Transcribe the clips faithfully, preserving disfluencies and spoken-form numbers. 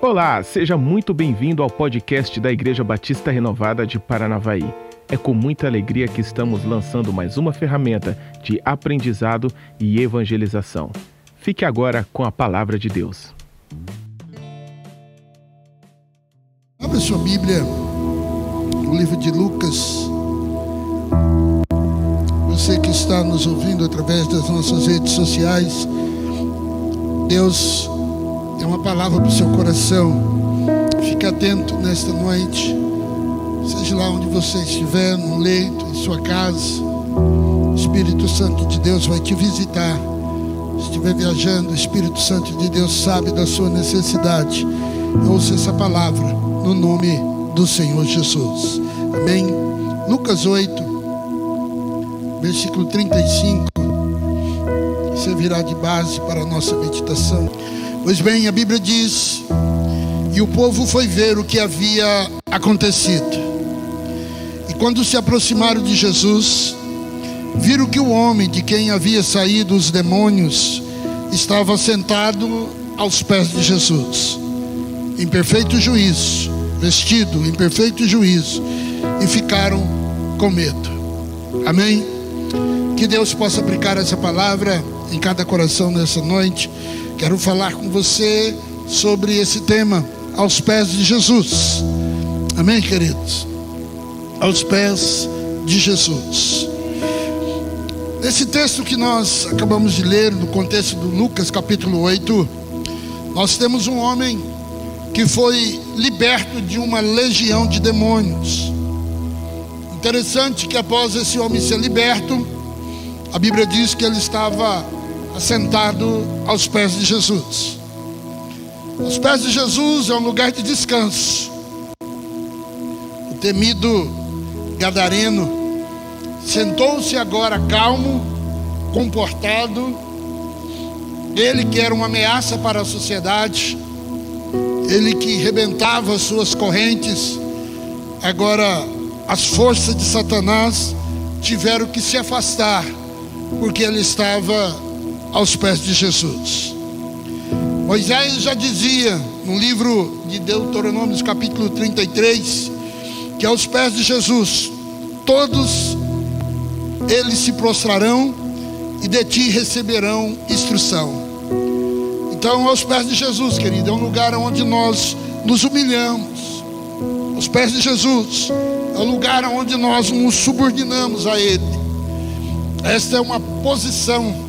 Olá, seja muito bem-vindo ao podcast da Igreja Batista Renovada de Paranavaí. É com muita alegria que estamos lançando mais uma ferramenta de aprendizado e evangelização. Fique agora com a palavra de Deus. Abra sua Bíblia no livro de Lucas. Você que está nos ouvindo através das nossas redes sociais, Deus tem uma palavra para o seu coração. Fique atento nesta noite. Seja lá onde você estiver, no leito, em sua casa, o Espírito Santo de Deus vai te visitar. Se estiver viajando, o Espírito Santo de Deus sabe da sua necessidade. Ouça essa palavra no nome do Senhor Jesus. Amém? Lucas oito, versículo trinta e cinco. Servirá de base para a nossa meditação. Pois bem, a Bíblia diz: e o povo foi ver o que havia acontecido. E quando se aproximaram de Jesus, viram que o homem de quem havia saído os demônios estava sentado aos pés de Jesus, em perfeito juízo, vestido em perfeito juízo, e ficaram com medo. Amém? Que Deus possa aplicar essa palavra em cada coração nessa noite. Quero falar com você sobre esse tema, aos pés de Jesus. Amém, queridos? Aos pés de Jesus. Nesse texto que nós acabamos de ler, no contexto do Lucas capítulo oito, nós temos um homem que foi liberto de uma legião de demônios. Interessante que após esse homem ser liberto, a Bíblia diz que ele estava assentado aos pés de Jesus. Os pés de Jesus é um lugar de descanso. O temido gadareno sentou-se agora calmo, comportado. Ele que era uma ameaça para a sociedade, ele que rebentava as suas correntes, agora as forças de Satanás tiveram que se afastar, porque ele estava aos pés de Jesus. Moisés já dizia no livro de Deuteronômio, capítulo trinta e três, que aos pés de Jesus todos eles se prostrarão e de ti receberão instrução. Então, aos pés de Jesus, querido, é um lugar onde nós nos humilhamos. Aos pés de Jesus é um lugar onde nós nos subordinamos a Ele. Esta é uma posição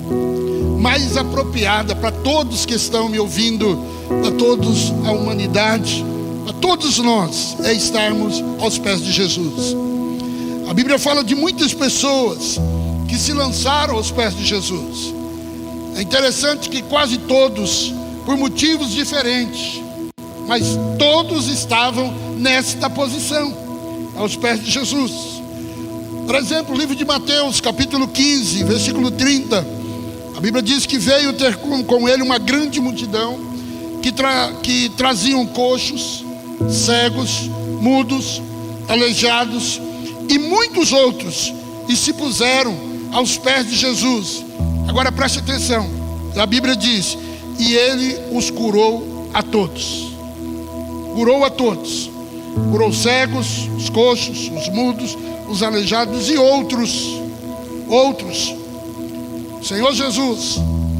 mais apropriada para todos que estão me ouvindo, para todos a humanidade, para todos nós, é estarmos aos pés de Jesus. A Bíblia fala de muitas pessoas que se lançaram aos pés de Jesus. É interessante que quase todos, por motivos diferentes, mas todos estavam nesta posição, aos pés de Jesus. Por exemplo, o livro de Mateus, capítulo quinze, versículo trinta, a Bíblia diz que veio ter com, com ele uma grande multidão que, tra, que traziam coxos, cegos, mudos, aleijados e muitos outros, e se puseram aos pés de Jesus. Agora preste atenção, a Bíblia diz: e ele os curou a todos. Curou a todos. Curou os cegos, os coxos, os mudos, os aleijados e outros. Outros. O Senhor Jesus,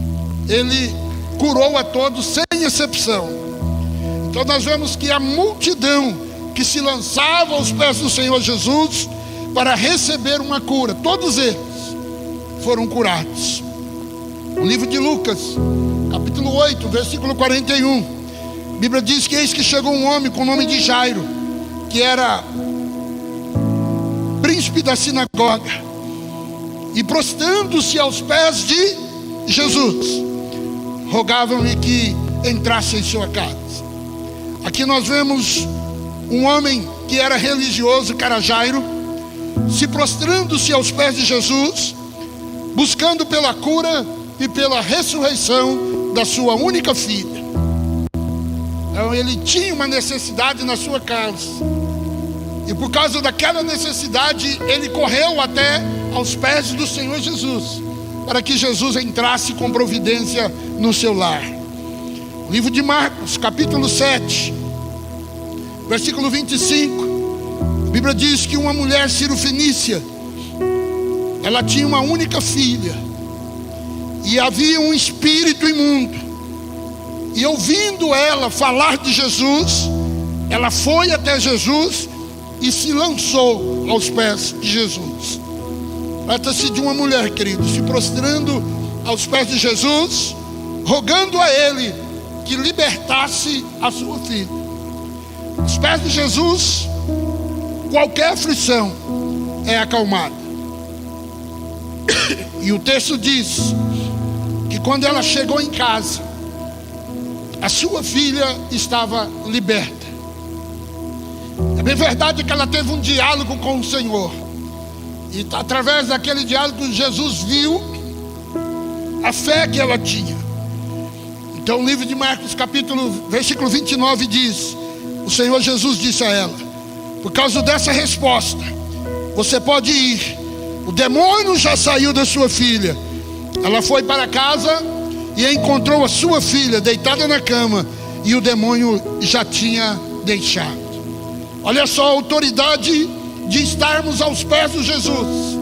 Ele curou a todos sem exceção. Então nós vemos que a multidão que se lançava aos pés do Senhor Jesus para receber uma cura, todos eles foram curados. O livro de Lucas, capítulo oito, versículo quarenta e um, a Bíblia diz que eis que chegou um homem com o nome de Jairo, que era príncipe da sinagoga, e prostrando-se aos pés de Jesus, rogavam-lhe que entrasse em sua casa. Aqui nós vemos um homem que era religioso, que era Jairo, se prostrando-se aos pés de Jesus, buscando pela cura e pela ressurreição da sua única filha. Então ele tinha uma necessidade na sua casa, e por causa daquela necessidade ele correu até aos pés do Senhor Jesus, para que Jesus entrasse com providência no seu lar. Livro de Marcos, capítulo sete, versículo vinte e cinco. A Bíblia diz que uma mulher cirofenícia, ela tinha uma única filha, e havia um espírito imundo, e ouvindo ela falar de Jesus, ela foi até Jesus e se lançou aos pés de Jesus. Trata-se de uma mulher, querido, se prostrando aos pés de Jesus, rogando a Ele que libertasse a sua filha. Aos pés de Jesus, qualquer aflição é acalmada. E o texto diz que quando ela chegou em casa, a sua filha estava liberta. É bem verdade que ela teve um diálogo com o Senhor, e através daquele diálogo Jesus viu a fé que ela tinha. Então o livro de Marcos, capítulo, versículo vinte e nove diz: o Senhor Jesus disse a ela: por causa dessa resposta, você pode ir, o demônio já saiu da sua filha. Ela foi para casa e encontrou a sua filha deitada na cama, e o demônio já tinha deixado. Olha só a autoridade de estarmos aos pés de Jesus.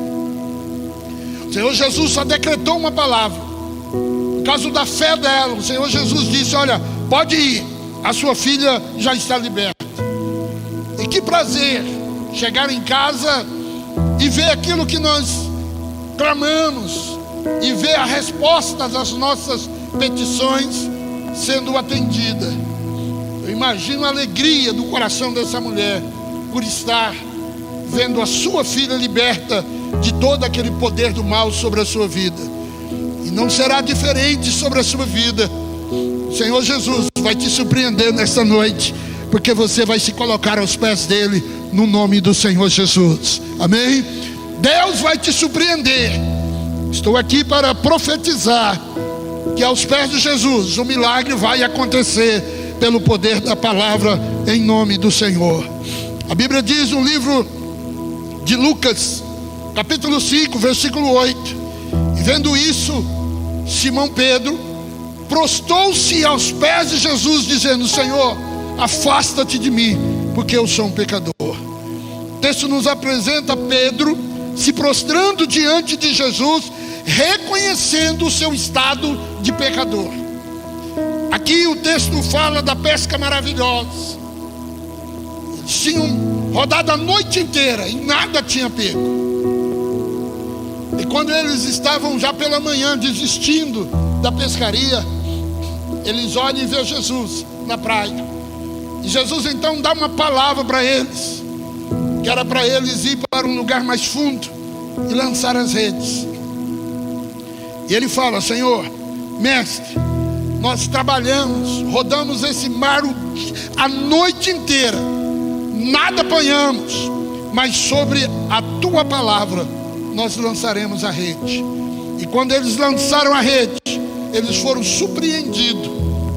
O Senhor Jesus só decretou uma palavra. Por causa da fé dela, o Senhor Jesus disse: olha, pode ir, a sua filha já está liberta. E que prazer chegar em casa e ver aquilo que nós clamamos, e ver a resposta das nossas petições sendo atendida. Eu imagino a alegria do coração dessa mulher por estar vendo a sua filha liberta de todo aquele poder do mal sobre a sua vida. E não será diferente sobre a sua vida. O Senhor Jesus vai te surpreender nesta noite, porque você vai se colocar aos pés dele, no nome do Senhor Jesus. Amém? Deus vai te surpreender. Estou aqui para profetizar que aos pés de Jesus o milagre vai acontecer pelo poder da palavra, em nome do Senhor. A Bíblia diz no livro de Lucas, capítulo cinco, versículo oito: e vendo isso, Simão Pedro prostou-se aos pés de Jesus, dizendo: Senhor, afasta-te de mim, porque eu sou um pecador. O texto nos apresenta Pedro se prostrando diante de Jesus, reconhecendo o seu estado de pecador. Aqui o texto fala da pesca maravilhosa. Eles tinham rodado a noite inteira e nada tinha pego. E quando eles estavam já pela manhã desistindo da pescaria, eles olham e vê Jesus na praia. E Jesus então dá uma palavra para eles, que era para eles ir para um lugar mais fundo e lançar as redes. E ele fala: Senhor, mestre, nós trabalhamos, rodamos esse mar a noite inteira, nada apanhamos, mas sobre a tua palavra nós lançaremos a rede. E quando eles lançaram a rede, eles foram surpreendidos.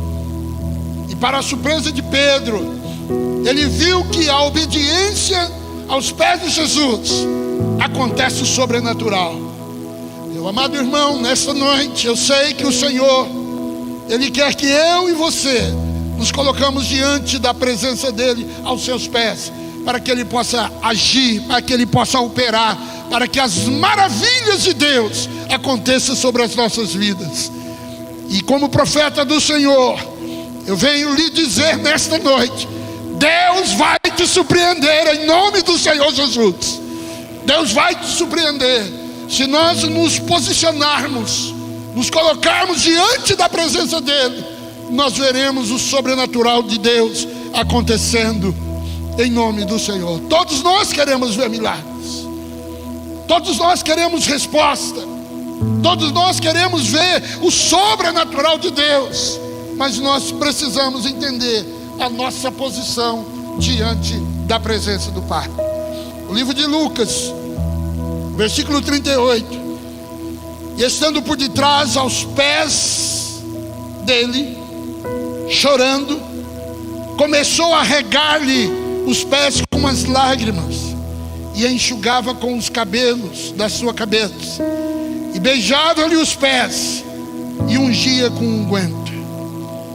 E para a surpresa de Pedro, ele viu que a obediência aos pés de Jesus acontece o sobrenatural. Meu amado irmão, nesta noite eu sei que o Senhor, Ele quer que eu e você nos colocamos diante da presença dEle, aos seus pés, para que Ele possa agir, para que Ele possa operar, para que as maravilhas de Deus aconteçam sobre as nossas vidas. E como profeta do Senhor, eu venho lhe dizer nesta noite: Deus vai te surpreender em nome do Senhor Jesus. Deus vai te surpreender. Se nós nos posicionarmos, nos colocarmos diante da presença dEle, nós veremos o sobrenatural de Deus acontecendo em nome do Senhor. Todos nós queremos ver milagres, todos nós queremos resposta, todos nós queremos ver o sobrenatural de Deus, mas nós precisamos entender a nossa posição diante da presença do Pai. O livro de Lucas, versículo trinta e oito: e estando por detrás aos pés dele, chorando, começou a regar-lhe os pés com as lágrimas, e enxugava com os cabelos da sua cabeça, e beijava-lhe os pés, e ungia com unguento.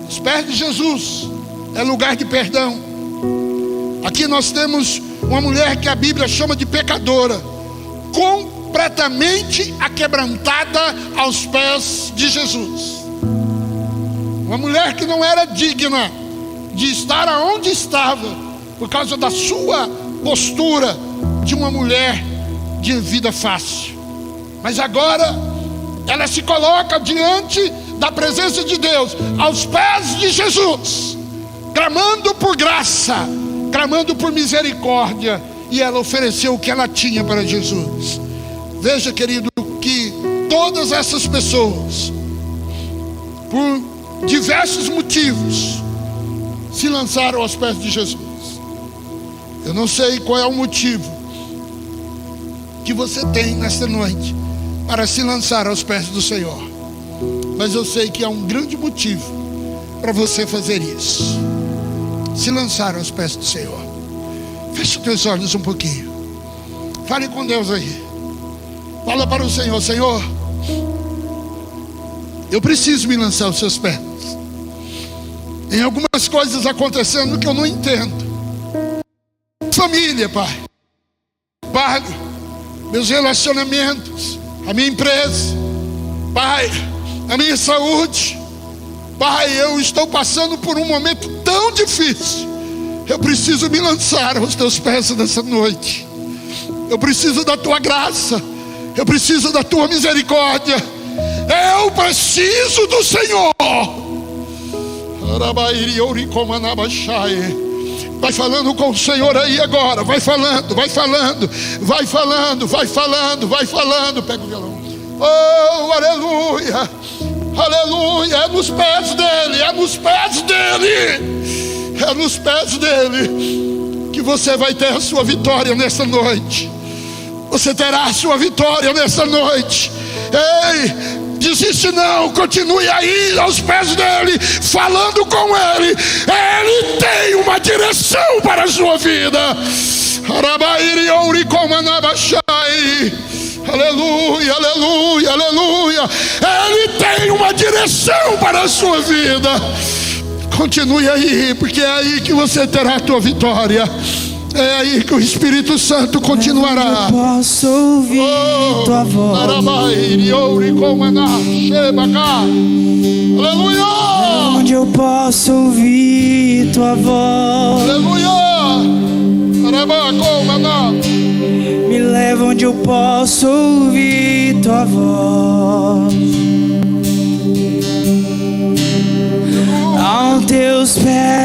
Os pés de Jesus é lugar de perdão. Aqui nós temos uma mulher que a Bíblia chama de pecadora, completamente aquebrantada aos pés de Jesus. Uma mulher que não era digna de estar aonde estava, por causa da sua postura de uma mulher de vida fácil. Mas agora ela se coloca diante da presença de Deus, aos pés de Jesus, clamando por graça, clamando por misericórdia. E ela ofereceu o que ela tinha para Jesus. Veja, querido, que todas essas pessoas, por diversos motivos, se lançaram aos pés de Jesus. Eu não sei qual é o motivo que você tem nesta noite para se lançar aos pés do Senhor, mas eu sei que há um grande motivo para você fazer isso: se lançar aos pés do Senhor. Feche os teus olhos um pouquinho, fale com Deus aí, fala para o Senhor: Senhor, eu preciso me lançar aos seus pés. Tem algumas coisas acontecendo que eu não entendo. Família, Pai, Pai, meus relacionamentos, a minha empresa, Pai, a minha saúde, Pai, eu estou passando por um momento tão difícil. Eu preciso me lançar aos teus pés nessa noite. Eu preciso da tua graça, eu preciso da tua misericórdia, eu preciso do Senhor. Vai falando com o Senhor aí agora. Vai falando, vai falando, vai falando, vai falando, vai falando. Pega o violão. Oh, aleluia, aleluia. É nos pés dele, é nos pés dele, é nos pés dele que você vai ter a sua vitória nessa noite. Você terá a sua vitória nessa noite. Ei, desiste não, continue aí aos pés dele, falando com ele. Ele tem uma direção para a sua vida. Aleluia, aleluia, aleluia. Ele tem uma direção para a sua vida. Continue aí, porque é aí que você terá a tua vitória. É aí que o Espírito Santo continuará. Eu posso ouvir oh, tua voz. Aleluia. Onde eu posso ouvir tua voz. Aleluia. Me leva onde eu posso ouvir tua voz. Aos teus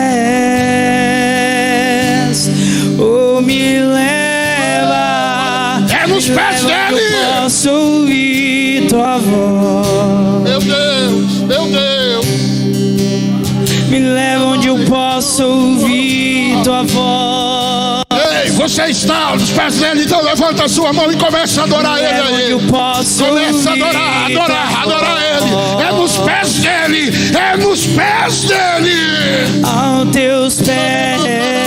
pés, oh, me leva. É nos pés dele. Eu posso ouvir tua voz. Meu Deus, meu Deus. Me leva onde eu posso ouvir tua voz. Ei, você está nos pés dele, então levanta a sua mão e começa a adorar ele aí. Eu posso começa a adorar, adorar, adorar ele. É nos pés dele, é nos pés dele. Aos teus pés,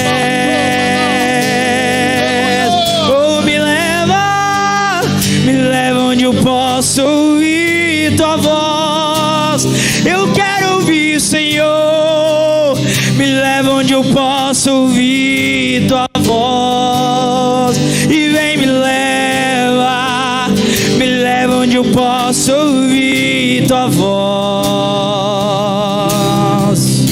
oh, me leva, me leva onde eu posso ouvir tua voz. Eu quero ouvir, Senhor. Me leva onde eu posso ouvir tua voz. E vem, me leva, me leva onde eu posso ouvir tua voz.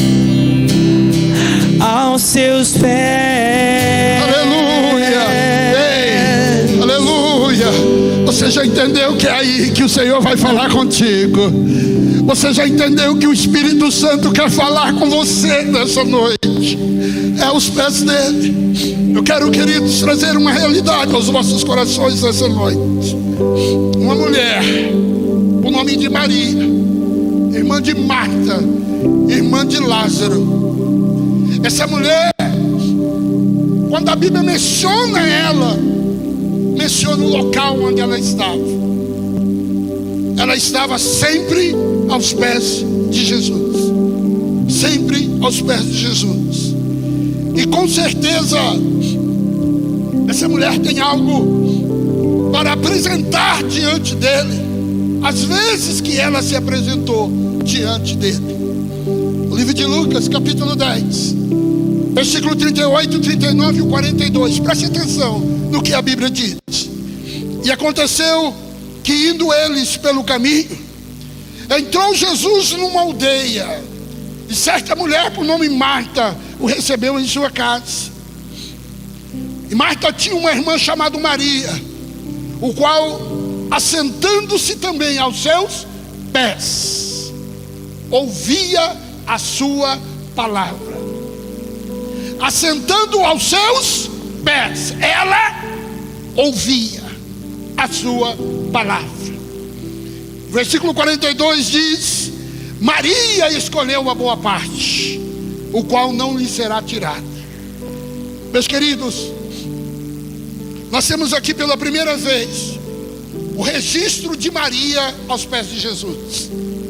Aos seus pés. Aleluia. Ei, aleluia. Você já entendeu que é aí que o Senhor vai falar contigo? Você já entendeu que o Espírito Santo quer falar com você nessa noite? É aos pés dele. Eu quero, queridos, trazer uma realidade aos nossos corações nessa noite. Uma mulher, o nome de Maria, irmã de Marta, irmã de Lázaro. Essa mulher, quando a Bíblia menciona ela, menciona o local onde ela estava. Ela estava sempre aos pés de Jesus. Sempre aos pés de Jesus. E com certeza, essa mulher tem algo para apresentar diante dele. Às vezes que ela se apresentou diante dele. O livro de Lucas, capítulo dez, versículo trinta e oito, trinta e nove e quarenta e dois. Preste atenção no que a Bíblia diz. E aconteceu que, indo eles pelo caminho, entrou Jesus numa aldeia, e certa mulher por nome Marta o recebeu em sua casa. E Marta tinha uma irmã chamada Maria, o qual, assentando-se também aos seus pés, ouvia a sua palavra. Assentando aos seus pés, ela ouvia a sua palavra. Versículo quarenta e dois diz: Maria escolheu a boa parte, o qual não lhe será tirado. Meus queridos, nós temos aqui pela primeira vez o registro de Maria aos pés de Jesus.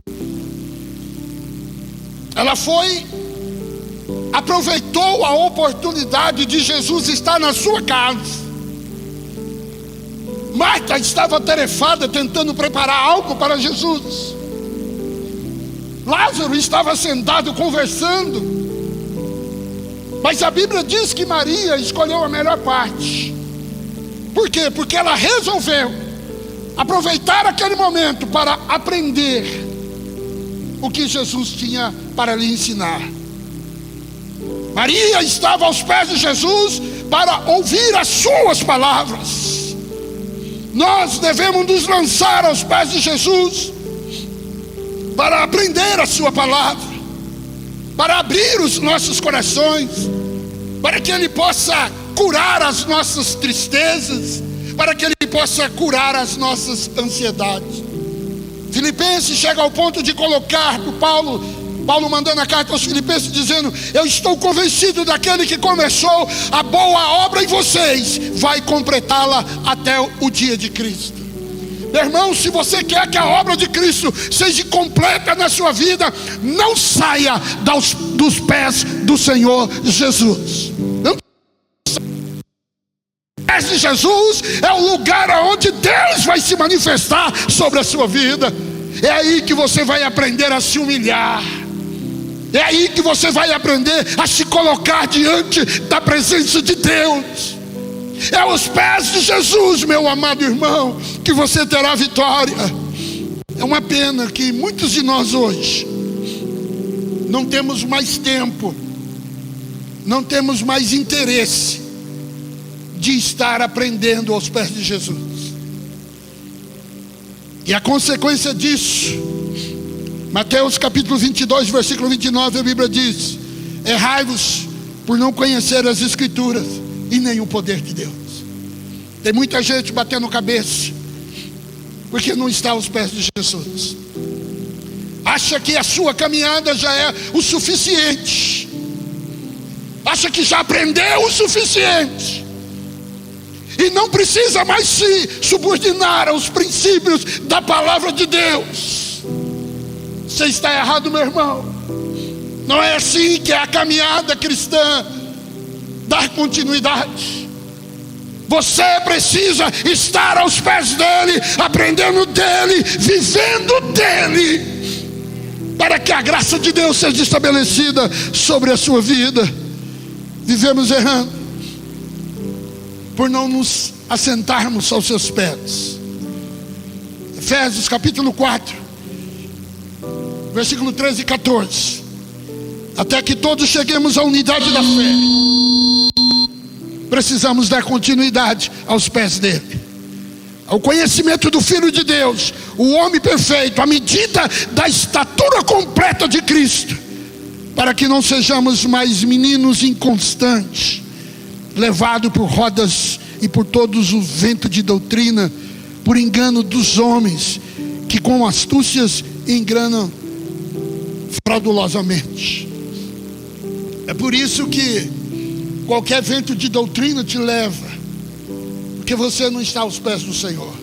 Ela foi, aproveitou a oportunidade de Jesus estar na sua casa. Marta estava atarefada tentando preparar algo para Jesus. Lázaro estava sentado conversando. Mas a Bíblia diz que Maria escolheu a melhor parte. Por quê? Porque ela resolveu aproveitar aquele momento para aprender o que Jesus tinha para lhe ensinar. Maria estava aos pés de Jesus para ouvir as suas palavras. Nós devemos nos lançar aos pés de Jesus para aprender a sua palavra, para abrir os nossos corações, para que Ele possa curar as nossas tristezas, para que Ele possa curar as nossas ansiedades. Filipenses chega ao ponto de colocar para Paulo, Paulo mandando a carta aos Filipenses dizendo: eu estou convencido daquele que começou a boa obra em vocês, vai completá-la até o dia de Cristo. Meu irmão, se você quer que a obra de Cristo seja completa na sua vida, não saia dos, dos pés do Senhor Jesus. Não pés de Jesus é o lugar onde Deus vai se manifestar sobre a sua vida. É aí que você vai aprender a se humilhar. É aí que você vai aprender a se colocar diante da presença de Deus. É aos pés de Jesus, meu amado irmão, que você terá vitória. É uma pena que muitos de nós hoje não temos mais tempo, não temos mais interesse de estar aprendendo aos pés de Jesus. E a consequência disso, Mateus capítulo vinte e dois, versículo vinte e nove, a Bíblia diz: errai-vos por não conhecer as Escrituras e nem o poder de Deus. Tem muita gente batendo cabeça porque não está aos pés de Jesus. Acha que a sua caminhada já é o suficiente, acha que já aprendeu o suficiente e não precisa mais se subordinar aos princípios da palavra de Deus. Você está errado, meu irmão. Não é assim que é a caminhada cristã. Dar continuidade. Você precisa estar aos pés dele, aprendendo dele, vivendo dele, para que a graça de Deus seja estabelecida sobre a sua vida. Vivemos errando por não nos assentarmos aos seus pés. Efésios capítulo quatro, versículo treze e quatorze. Até que todos cheguemos à unidade da fé, precisamos dar continuidade aos pés dele, ao conhecimento do Filho de Deus, o homem perfeito, à medida da estatura completa de Cristo, para que não sejamos mais meninos inconstantes, levados por rodas e por todos o vento de doutrina, por engano dos homens, que com astúcias enganam fraudulosamente. É por isso que qualquer vento de doutrina te leva, porque você não está aos pés do Senhor.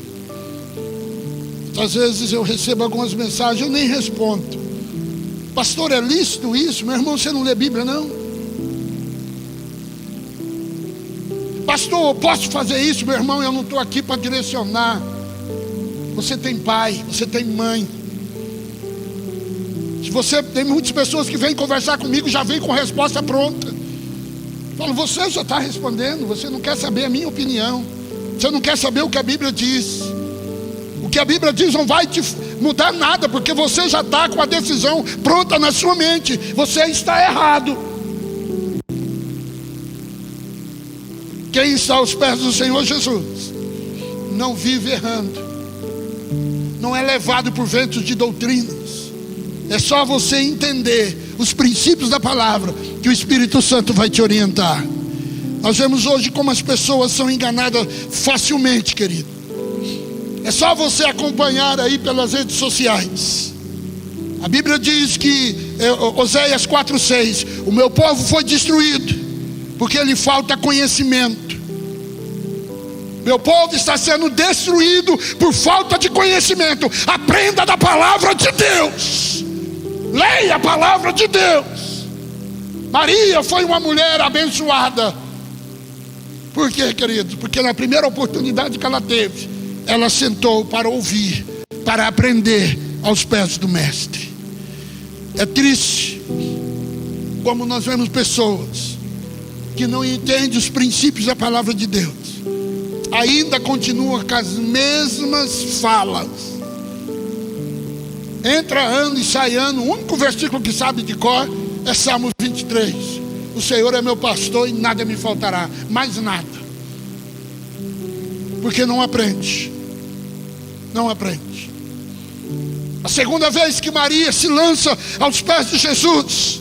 Às vezes eu recebo algumas mensagens, eu nem respondo. Pastor, é lícito isso? Meu irmão, você não lê Bíblia, não? Pastor, eu posso fazer isso? Meu irmão, eu não estou aqui para direcionar. Você tem pai, você tem mãe. Se você tem muitas pessoas que vêm conversar comigo, já vem com resposta pronta. Falo, você já está respondendo, você não quer saber a minha opinião, você não quer saber o que a Bíblia diz. O que a Bíblia diz não vai te mudar nada, porque você já está com a decisão pronta na sua mente. Você está errado. Quem está aos pés do Senhor Jesus não vive errando, não é levado por ventos de doutrinas. É só você entender os princípios da palavra que o Espírito Santo vai te orientar. Nós vemos hoje como as pessoas são enganadas facilmente, querido. É só você acompanhar aí pelas redes sociais. A Bíblia diz que, Oséias quatro, seis, o meu povo foi destruído porque lhe falta conhecimento. Meu povo está sendo destruído por falta de conhecimento. Aprenda da palavra de Deus. Leia a palavra de Deus. Maria foi uma mulher abençoada. Por quê, queridos? Porque na primeira oportunidade que ela teve, ela sentou para ouvir, para aprender aos pés do mestre. É triste como nós vemos pessoas que não entendem os princípios da palavra de Deus, ainda continuam com as mesmas falas. Entra ano e sai ano, o único versículo que sabe de cor é Salmo vinte e três. O Senhor é meu pastor e nada me faltará. Mais nada. Porque não aprende. Não aprende. A segunda vez que Maria se lança aos pés de Jesus,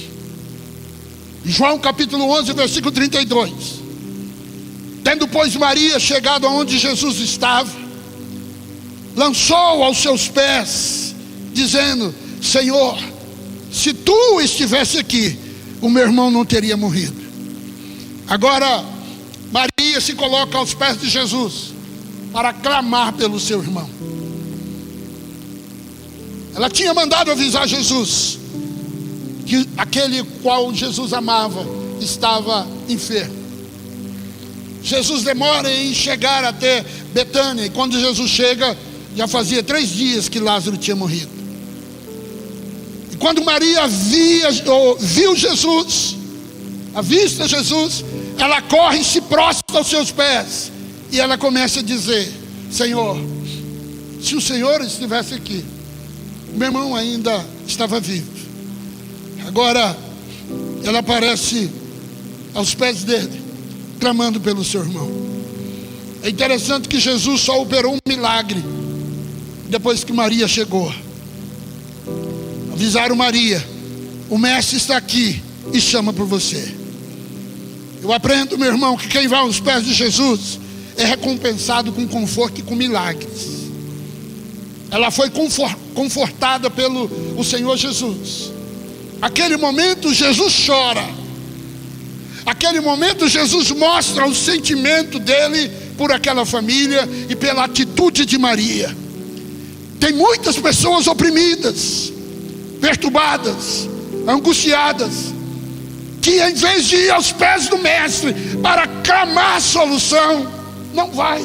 João capítulo onze, versículo trinta e dois. Tendo, pois, Maria chegado aonde Jesus estava, lançou aos seus pés, dizendo: Senhor, se tu estivesse aqui, o meu irmão não teria morrido. Agora, Maria se coloca aos pés de Jesus para clamar pelo seu irmão. Ela tinha mandado avisar Jesus que aquele qual Jesus amava estava enfermo. Jesus demora em chegar até Betânia, e quando Jesus chega, já fazia três dias que Lázaro tinha morrido. E quando Maria via, ou, viu Jesus, avista Jesus, ela corre e se prostra aos seus pés, e ela começa a dizer: Senhor, se o Senhor estivesse aqui, meu irmão ainda estava vivo. Agora ela aparece aos pés dele, clamando pelo seu irmão. É interessante que Jesus só operou um milagre depois que Maria chegou. Avisaram Maria: o mestre está aqui e chama por você. Eu aprendo, meu irmão, que quem vai aos pés de Jesus é recompensado com conforto e com milagres. Ela foi confortada pelo o Senhor Jesus. Aquele momento Jesus chora. Aquele momento Jesus mostra o sentimento dele por aquela família e pela atitude de Maria. Tem muitas pessoas oprimidas, perturbadas, angustiadas, que em vez de ir aos pés do mestre para clamar a solução, não vai.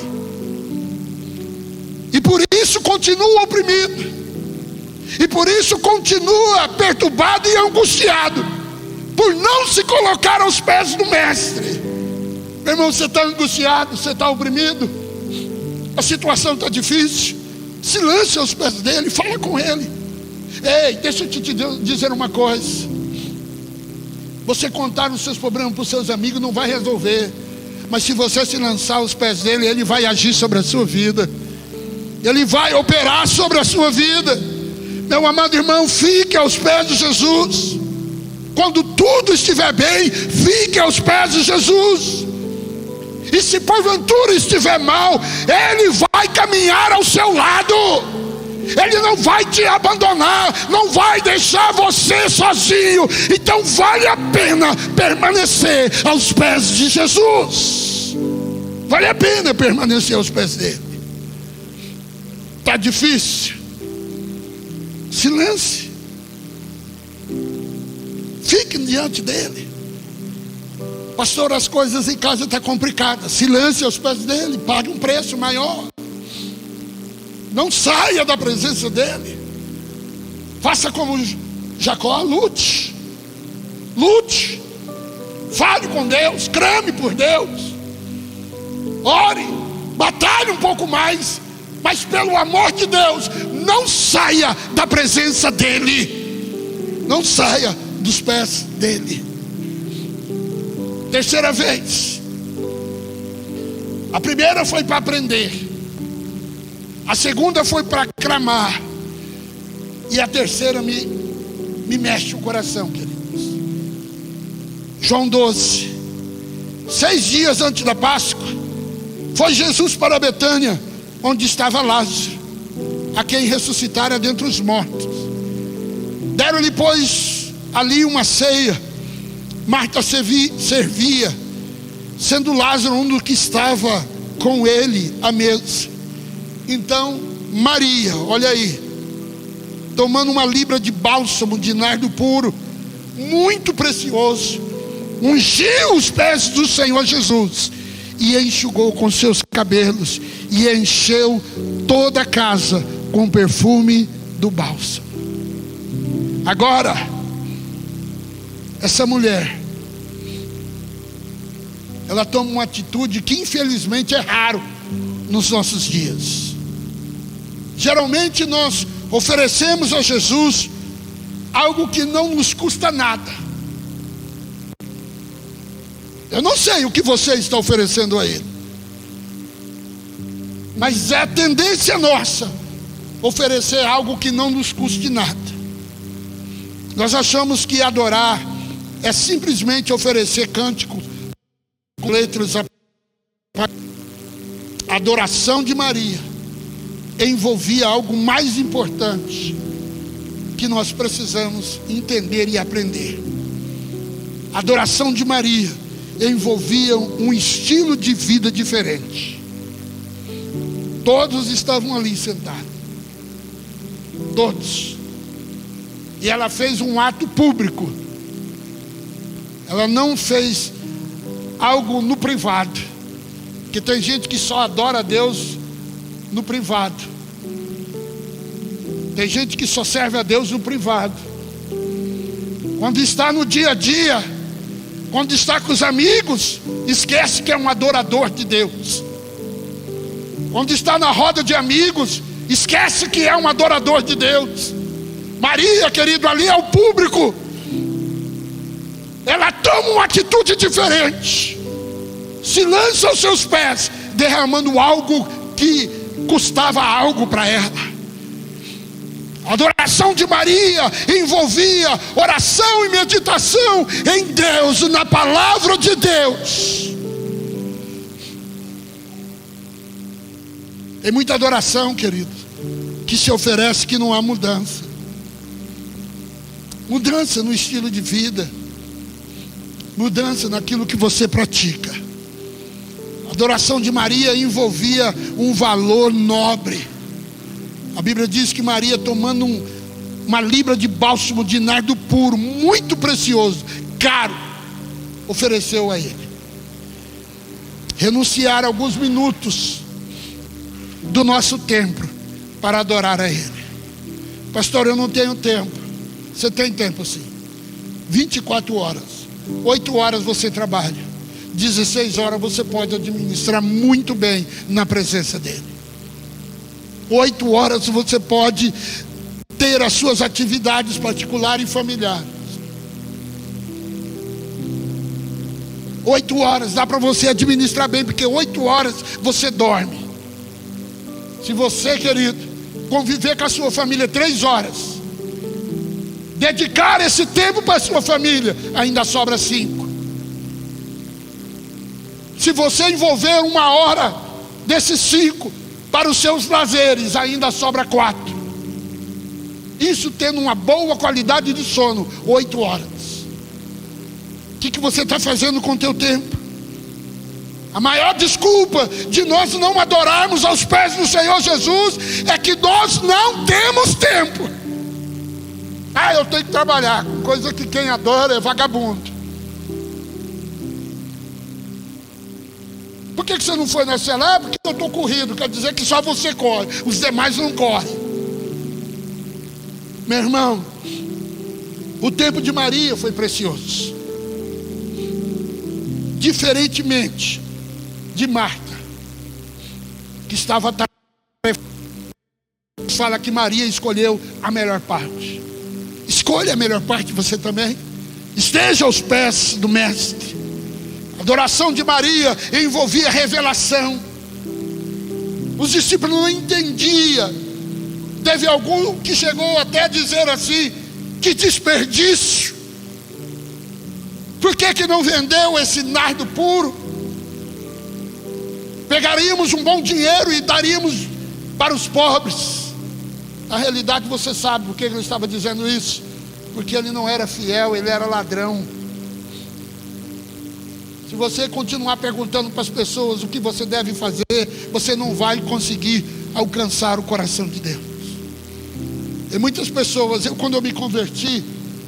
E por isso continua oprimido. E por isso continua perturbado e angustiado, por não se colocar aos pés do mestre. Meu irmão, você está angustiado, você está oprimido, a situação está difícil, se lance aos pés dele, fala com ele. Ei, deixa eu te dizer uma coisa: você contar os seus problemas para os seus amigos não vai resolver, mas se você se lançar aos pés dele, ele vai agir sobre a sua vida, ele vai operar sobre a sua vida. Meu amado irmão, fique aos pés de Jesus. Quando tudo estiver bem, fique aos pés de Jesus. E se porventura estiver mal, ele vai caminhar ao seu lado. Ele não vai te abandonar, não vai deixar você sozinho. Então vale a pena permanecer aos pés de Jesus. Vale a pena permanecer aos pés dele. Está difícil? Se lance. Fique diante dele. Pastor, as coisas em casa estão complicadas. Se lance aos pés dele, pague um preço maior. Não saia da presença dele. Faça como Jacó, lute, lute, fale com Deus, clame por Deus, ore, batalhe um pouco mais, mas pelo amor de Deus, não saia da presença dele, não saia dos pés dele. Terceira vez. A primeira foi para aprender, a segunda foi para clamar, e a terceira me, me mexe o coração, queridos. João doze. Seis dias antes da Páscoa, foi Jesus para Betânia, onde estava Lázaro, a quem ressuscitara dentre os mortos. Deram-lhe, pois, ali uma ceia. Marta servia, sendo Lázaro um dos que estava com ele à mesa. Então Maria, olha aí, tomando uma libra de bálsamo de nardo puro, muito precioso, ungiu os pés do Senhor Jesus e enxugou com seus cabelos, e encheu toda a casa com o perfume do bálsamo. Agora, essa mulher, ela toma uma atitude que infelizmente é raro nos nossos dias. Geralmente nós oferecemos a Jesus algo que não nos custa nada. Eu não sei o que você está oferecendo a Ele, mas é a tendência nossa oferecer algo que não nos custe nada. Nós achamos que adorar é simplesmente oferecer cânticos com letras. A adoração de Maria envolvia algo mais importante que nós precisamos entender e aprender. A adoração de Maria envolvia um estilo de vida diferente. Todos estavam ali sentados, todos, e ela fez um ato público. Ela não fez algo no privado, que tem gente que só adora a Deus no privado, tem gente que só serve a Deus no privado. Quando está no dia a dia, quando está com os amigos, esquece que é um adorador de Deus. Quando está na roda de amigos, esquece que é um adorador de Deus. Maria, querido, ali é o público. Ela toma uma atitude diferente, se lança aos seus pés, derramando algo que custava algo para ela. A adoração de Maria envolvia oração e meditação em Deus, na palavra de Deus. Tem muita adoração, querido, que se oferece que não há mudança. Mudança no estilo de vida, mudança naquilo que você pratica. A adoração de Maria envolvia um valor nobre. A Bíblia diz que Maria, tomando um, uma libra de bálsamo de nardo puro, muito precioso, caro, ofereceu a Ele. Renunciar alguns minutos do nosso tempo para adorar a Ele. Pastor, eu não tenho tempo. Você tem tempo sim. vinte e quatro horas. oito horas você trabalha. dezesseis horas você pode administrar muito bem na presença dEle. Oito horas você pode ter as suas atividades particulares e familiares. Oito horas dá para você administrar bem, porque oito horas você dorme. Se você, querido, conviver com a sua família três horas, dedicar esse tempo para a sua família, ainda sobra cinco. Se você envolver uma hora desses cinco para os seus lazeres, ainda sobra quatro. Isso tendo uma boa qualidade de sono, oito horas. O que, que você está fazendo com o teu tempo? A maior desculpa de nós não adorarmos aos pés do Senhor Jesus é que nós não temos tempo. Ah, eu tenho que trabalhar, coisa que quem adora é vagabundo. Por que, que você não foi nessa lá? Porque eu estou corrido, quer dizer que só você corre, os demais não correm. Meu irmão, O tempo de Maria foi precioso, diferentemente de Marta, que estava tarefada. Fala que Maria escolheu a melhor parte. Escolha a melhor parte você também. Esteja aos pés do Mestre. A adoração de Maria envolvia revelação. Os discípulos não entendiam. Teve algum que chegou até a dizer assim: que desperdício! Por que que não vendeu esse nardo puro? Pegaríamos um bom dinheiro e daríamos para os pobres. Na realidade, você sabe por que ele estava dizendo isso? Porque ele não era fiel, ele era ladrão. Se você continuar perguntando para as pessoas o que você deve fazer, você não vai conseguir alcançar o coração de Deus. E muitas pessoas, eu quando eu me converti,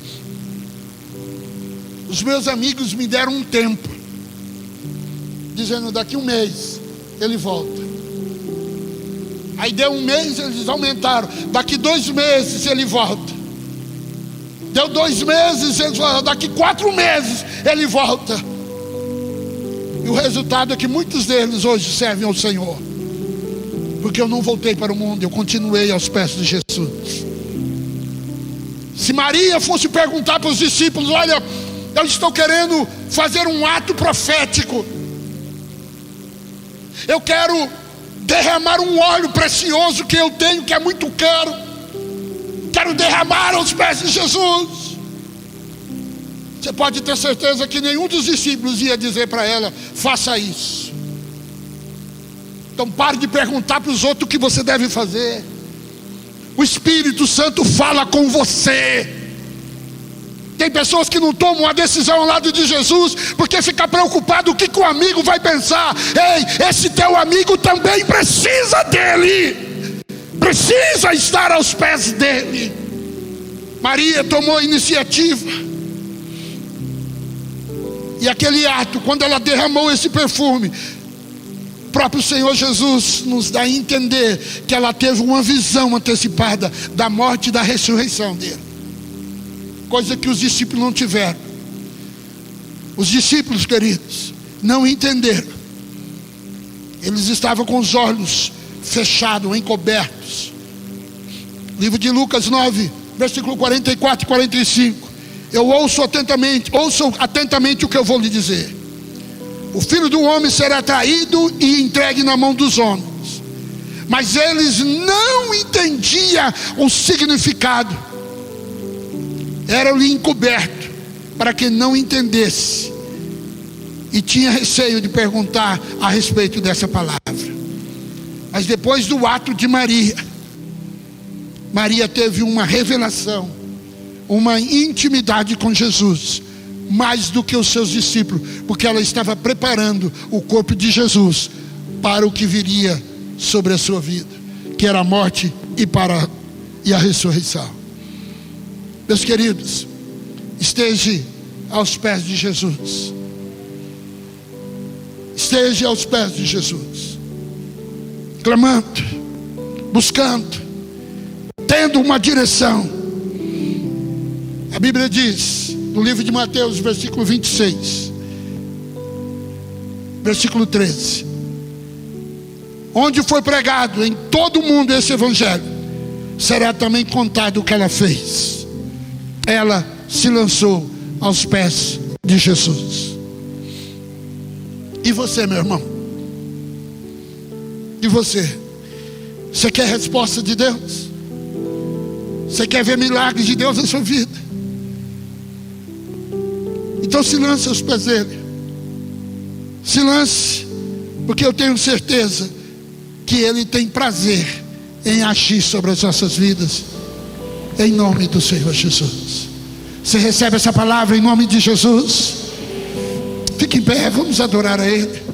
os meus amigos me deram um tempo, dizendo: daqui um mês ele volta. Aí deu um mês, eles aumentaram: daqui dois meses ele volta. Deu dois meses, eles falaram: daqui quatro meses ele volta. E o resultado é que muitos deles hoje servem ao Senhor, porque eu não voltei para o mundo, eu continuei aos pés de Jesus. Se Maria fosse perguntar para os discípulos: olha, eu estou querendo fazer um ato profético, eu quero derramar um óleo precioso que eu tenho, que é muito caro, quero derramar aos pés de Jesus. Você pode ter certeza que nenhum dos discípulos ia dizer para ela: faça isso. Então pare de perguntar para os outros o que você deve fazer. O Espírito Santo fala com você. Tem pessoas que não tomam a decisão ao lado de Jesus porque fica preocupado o que, que o amigo vai pensar. Ei, esse teu amigo também precisa dele, precisa estar aos pés dele. Maria tomou a iniciativa, e aquele ato, quando ela derramou esse perfume, o próprio Senhor Jesus nos dá a entender que ela teve uma visão antecipada da morte e da ressurreição dele, coisa que os discípulos não tiveram. Os discípulos, queridos, não entenderam. Eles estavam com os olhos fechados, encobertos. Livro de Lucas nove, versículo quarenta e quatro e quarenta e cinco. Eu ouço atentamente, ouçam atentamente o que eu vou lhe dizer. O Filho do Homem será traído e entregue na mão dos homens. Mas eles não entendiam o significado. Era-lhe encoberto para que não entendesse, e tinha receio de perguntar a respeito dessa palavra. Mas depois do ato de Maria, Maria teve uma revelação, uma intimidade com Jesus, mais do que os seus discípulos, porque ela estava preparando o corpo de Jesus para o que viria sobre a sua vida, que era a morte e, para, e a ressurreição. Meus queridos, esteja aos pés de Jesus. Esteja aos pés de Jesus, clamando, buscando, tendo uma direção. A Bíblia diz, no livro de Mateus, versículo vinte e seis, versículo treze: onde foi pregado em todo o mundo esse evangelho, será também contado o que ela fez. Ela se lançou aos pés de Jesus. E você, meu irmão? E você? Você quer resposta de Deus? Você quer ver milagres de Deus na sua vida? Então se lance aos pés dele. Se lance, porque eu tenho certeza que ele tem prazer em agir sobre as nossas vidas, em nome do Senhor Jesus. Você recebe essa palavra em nome de Jesus? Fique em pé, vamos adorar a ele.